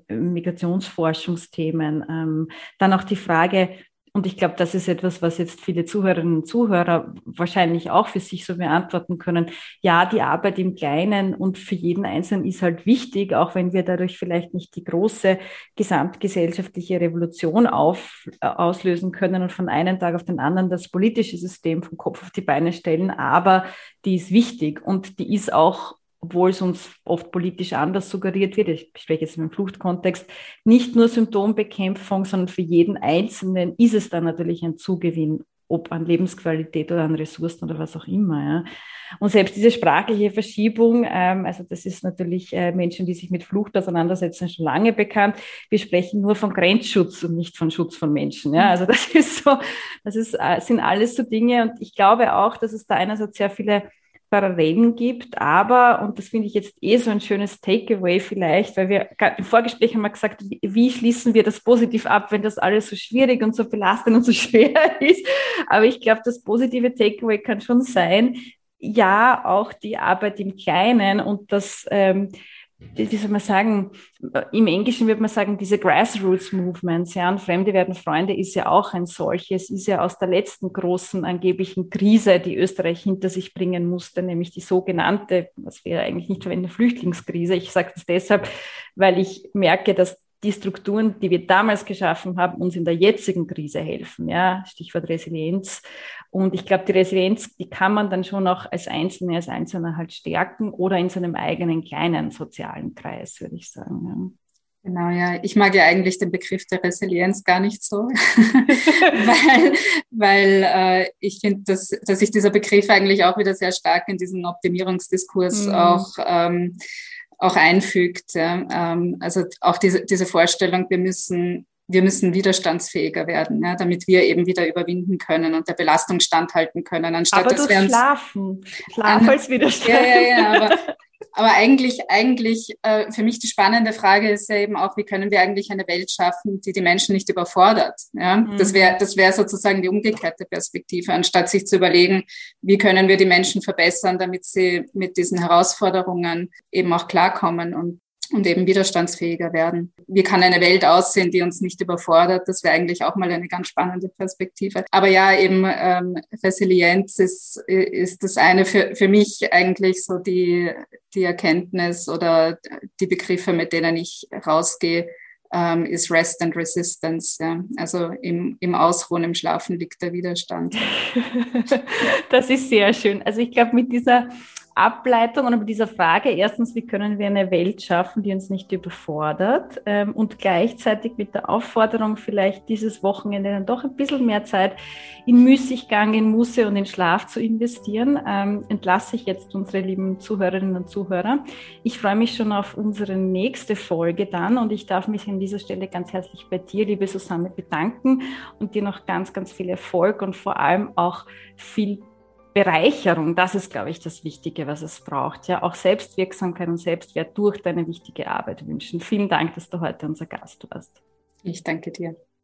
Migrationsforschungsthemen. Ähm, dann auch die Frage, und ich glaube, das ist etwas, was jetzt viele Zuhörerinnen und Zuhörer wahrscheinlich auch für sich so beantworten können. Ja, die Arbeit im Kleinen und für jeden Einzelnen ist halt wichtig, auch wenn wir dadurch vielleicht nicht die große gesamtgesellschaftliche Revolution auf, äh, auslösen können und von einem Tag auf den anderen das politische System vom Kopf auf die Beine stellen. Aber die ist wichtig und die ist auch obwohl es uns oft politisch anders suggeriert wird, ich spreche jetzt im Fluchtkontext, nicht nur Symptombekämpfung, sondern für jeden Einzelnen ist es dann natürlich ein Zugewinn, ob an Lebensqualität oder an Ressourcen oder was auch immer. Ja. Und selbst diese sprachliche Verschiebung, ähm, also das ist natürlich äh, Menschen, die sich mit Flucht auseinandersetzen, schon lange bekannt. Wir sprechen nur von Grenzschutz und nicht von Schutz von Menschen. Ja. Also das ist so, das ist, äh, sind alles so Dinge. Und ich glaube auch, dass es da einerseits sehr viele Parallelen gibt, aber, und das finde ich jetzt eh so ein schönes Takeaway vielleicht, weil wir im Vorgespräch haben wir gesagt, wie, wie schließen wir das positiv ab, wenn das alles so schwierig und so belastend und so schwer ist. Aber ich glaube, das positive Takeaway kann schon sein, ja, auch die Arbeit im Kleinen und das, ähm, wie soll man sagen, im Englischen würde man sagen, diese Grassroots Movements, ja, und Fremde werden Freunde ist ja auch ein solches, ist ja aus der letzten großen angeblichen Krise, die Österreich hinter sich bringen musste, nämlich die sogenannte, was wir eigentlich nicht verwenden, Flüchtlingskrise. Ich sage das deshalb, weil ich merke, dass die Strukturen, die wir damals geschaffen haben, uns in der jetzigen Krise helfen. Ja, Stichwort Resilienz. Und ich glaube, die Resilienz, die kann man dann schon auch als Einzelne, als Einzelner halt stärken oder in seinem eigenen kleinen sozialen Kreis, würde ich sagen. Ja. Genau, ja. Ich mag ja eigentlich den Begriff der Resilienz gar nicht so, weil, weil äh, ich finde, dass, dass sich dieser Begriff eigentlich auch wieder sehr stark in diesen Optimierungsdiskurs mhm. auch ähm, auch einfügt. Ja. Ähm, also auch diese, diese Vorstellung, wir müssen, wir müssen widerstandsfähiger werden, ja, damit wir eben wieder überwinden können und der Belastung standhalten können. Anstatt aber durch Schlafen. Schlaf als Widerstand. Ja, ja, ja, aber, aber eigentlich, eigentlich äh, für mich die spannende Frage ist ja eben auch, wie können wir eigentlich eine Welt schaffen, die die Menschen nicht überfordert? Ja? Mhm. Das wäre das wäre sozusagen die umgekehrte Perspektive, anstatt sich zu überlegen, wie können wir die Menschen verbessern, damit sie mit diesen Herausforderungen eben auch klarkommen und und eben widerstandsfähiger werden. Wie kann eine Welt aussehen, die uns nicht überfordert? Das wäre eigentlich auch mal eine ganz spannende Perspektive. Aber ja, eben ähm, Resilienz ist, ist das eine für, für mich eigentlich so die, die Erkenntnis oder die Begriffe, mit denen ich rausgehe, ähm, ist Rest and Resistance. Ja. Also im, im Ausruhen, im Schlafen liegt der Widerstand. Das ist sehr schön. Also ich glaube, mit dieser Ableitung und mit dieser Frage, erstens, wie können wir eine Welt schaffen, die uns nicht überfordert, ähm, und gleichzeitig mit der Aufforderung, vielleicht dieses Wochenende dann doch ein bisschen mehr Zeit in Müßiggang, in Muße und in Schlaf zu investieren, ähm, entlasse ich jetzt unsere lieben Zuhörerinnen und Zuhörer. Ich freue mich schon auf unsere nächste Folge dann und ich darf mich an dieser Stelle ganz herzlich bei dir, liebe Susanne, bedanken und dir noch ganz, ganz viel Erfolg und vor allem auch viel Bereicherung, das ist, glaube ich, das Wichtige, was es braucht. Ja, auch Selbstwirksamkeit und Selbstwert durch deine wichtige Arbeit wünschen. Vielen Dank, dass du heute unser Gast warst. Ich danke dir.